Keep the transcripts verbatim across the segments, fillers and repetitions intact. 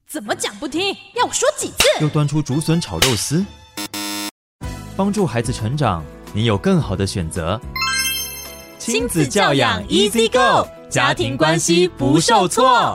怎么讲不听？要我说几次？ 又端出竹笋炒肉丝，帮助孩子成长，你有更好的选择。亲子教养 Easy Go， 家庭关系不受挫。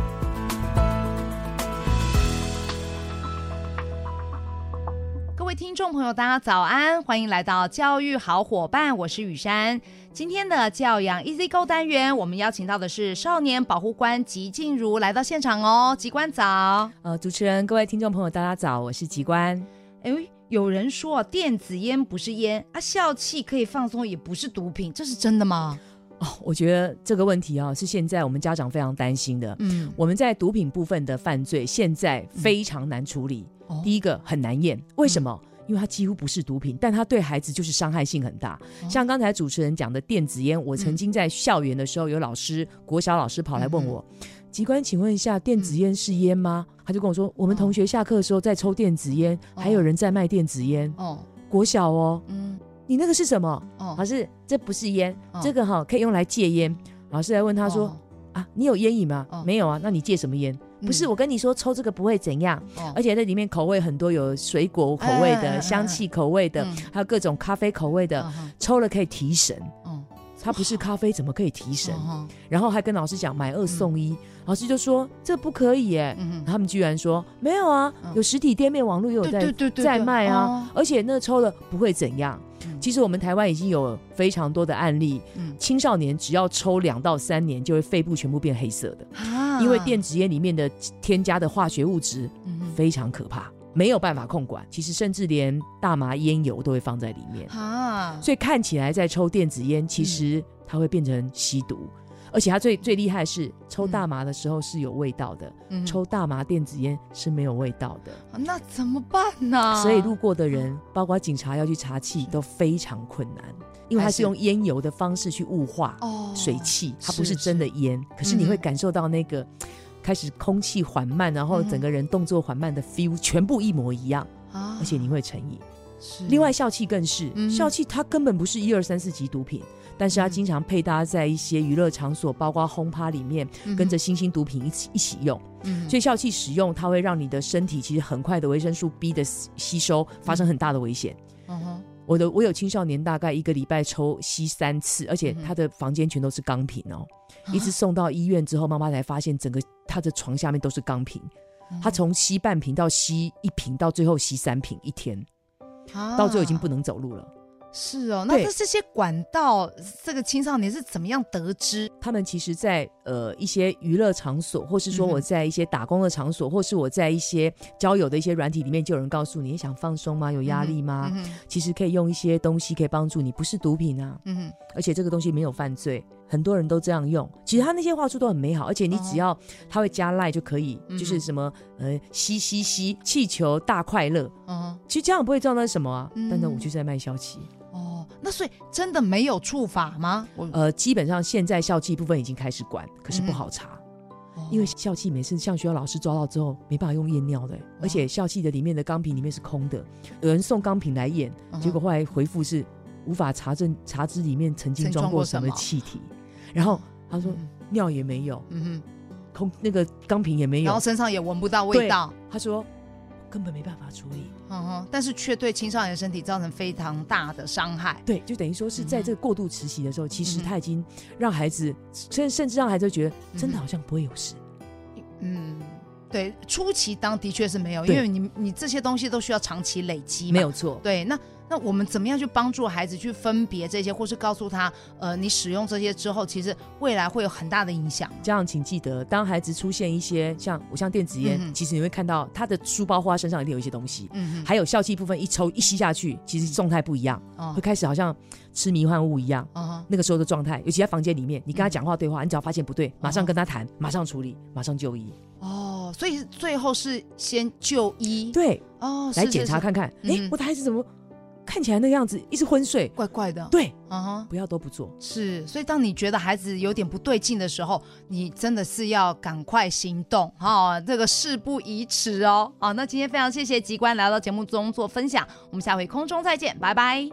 各位听众朋友，大家早安，欢迎来到教育好伙伴，我是雨珊。今天的教养 Easy Go 单元，我们邀请到的是少年保护官吉静茹来到现场哦。吉官早。 呃，主持人，各位听众朋友，大家早，我是吉官。 哎，有人说电子烟不是烟啊，笑气可以放松，也不是毒品，这是真的吗？ 哦，我觉得这个问题啊，是现在我们家长非常担心的。嗯，我们在毒品部分的犯罪，现在非常难处理。嗯、第一个很难验，为什么？嗯因为它几乎不是毒品，但它对孩子就是伤害性很大。哦、像刚才主持人讲的电子烟，我曾经在校园的时候，有老师，国小老师跑来问我，吉官，请问一下，电子烟是烟吗？嗯、他就跟我说，我们同学下课的时候在抽电子烟，哦、还有人在卖电子烟。哦，国小哦，嗯，你那个是什么？哦，老师，这不是烟，哦、这个哈、哦、可以用来戒烟。老师来问他说，哦、啊，你有烟瘾吗？哦、没有啊，那你戒什么烟？不是，我跟你说抽这个不会怎样、嗯、而且这里面口味很多，有水果口味的、哎、香气口味的、嗯、还有各种咖啡口味的、嗯、抽了可以提神、嗯、它不是咖啡怎么可以提神、嗯、然后还跟老师讲买二送一、嗯、老师就说这不可以耶、嗯、他们居然说没有啊、嗯、有实体店面网络也有在对对对对在卖啊、哦、而且那抽了不会怎样。其实我们台湾已经有非常多的案例、嗯、青少年只要抽两到三年就会肺部全部变黑色的、啊、因为电子烟里面的添加的化学物质非常可怕、嗯、没有办法控管，其实甚至连大麻烟油都会放在里面、啊、所以看起来在抽电子烟其实它会变成吸毒、嗯，而且它最最厉害的是抽大麻的时候是有味道的、嗯、抽大麻电子烟是没有味道的、 啊、那怎么办呢？ 所以路过的人包括警察要去查气都非常困难，因为它是用烟油的方式去雾化水汽、哦、它不是真的烟，可是你会感受到那个、嗯、开始空气缓慢，然后整个人动作缓慢的 feel、嗯、全部一模一样、啊、而且你会成瘾。另外笑气更是、嗯、笑气它根本不是一二三四级毒品，但是它经常配搭在一些娱乐场所包括轰趴里面、嗯、跟着新兴毒品一起一起用、嗯、所以笑气使用它会让你的身体其实很快的维生素 B 的吸收发生很大的危险、嗯、我的我有青少年大概一个礼拜抽吸三次，而且他的房间全都是钢瓶哦、嗯、一直送到医院之后，妈妈才发现整个他的床下面都是钢瓶、嗯、他从吸半瓶到吸一瓶到最后吸三瓶一天、啊、到最后已经不能走路了。 是哦，那这些管道这个青少年是怎么样得知？ 他们其实在呃一些娱乐场所，或是说我在一些打工的场所、嗯、或是我在一些交友的一些软体里面，就有人告诉你，你想放松吗？有压力吗、嗯嗯、其实可以用一些东西可以帮助你，不是毒品啊、嗯、而且这个东西没有犯罪，很多人都这样用。其实他那些话术都很美好，而且你只要他会加赖就可以、嗯、就是什么呃吸吸吸气球大快乐、嗯、其实这样不会知道那是什么啊、嗯、但是我就是在卖笑气。 哦，那所以真的没有处罚吗？ 呃，基本上现在笑气部分已经开始管，可是不好查、嗯、因为笑气每次像学校老师抓到之后没办法用验尿的、哦、而且笑气的里面的钢瓶里面是空的，有人送钢瓶来验、嗯、结果后来回复是无法查证查知里面曾经装过什么气体，然后他说、嗯、尿也没有、嗯、空那个钢瓶也没有， 然后身上也闻不到味道， 他说根本没办法处理、 嗯哼，但是却对青少年的身体造成非常大的伤害。 对，就等于说是在这个过度持续的时候、嗯、其实他已经让孩子甚甚至让孩子觉得真的好像不会有事。 嗯，对，初期当的确是没有，因为你你这些东西都需要长期累积嘛， 没有错。 对，那那我们怎么样去帮助孩子去分别这些，或是告诉他呃，你使用这些之后其实未来会有很大的影响。 这样请记得，当孩子出现一些像我像电子烟、嗯、其实你会看到他的书包或他身上一定有一些东西、嗯、还有笑气部分一抽一吸下去其实状态不一样、嗯、会开始好像吃迷幻物一样、嗯、那个时候的状态，尤其在房间里面你跟他讲话对话、嗯、你只要发现不对马上跟他谈、嗯、马上处理马上就医。 哦，所以最后是先就医。 对哦，来检查看看，哎、嗯，我的孩子怎么看起来那个样子一直昏睡怪怪的。 对、uh-huh、不要都不做。 是，所以当你觉得孩子有点不对劲的时候，你真的是要赶快行动、哦、这个事不宜迟哦。好，那今天非常谢谢吉官来到节目中做分享，我们下回空中再见，拜拜。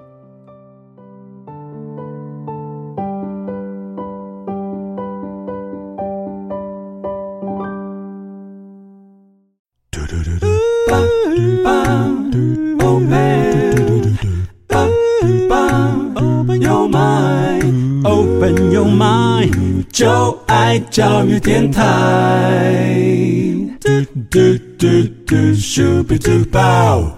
Open your mind, open your mind， 就爱教育电台。嘟嘟嘟嘟，咻比嘟爆。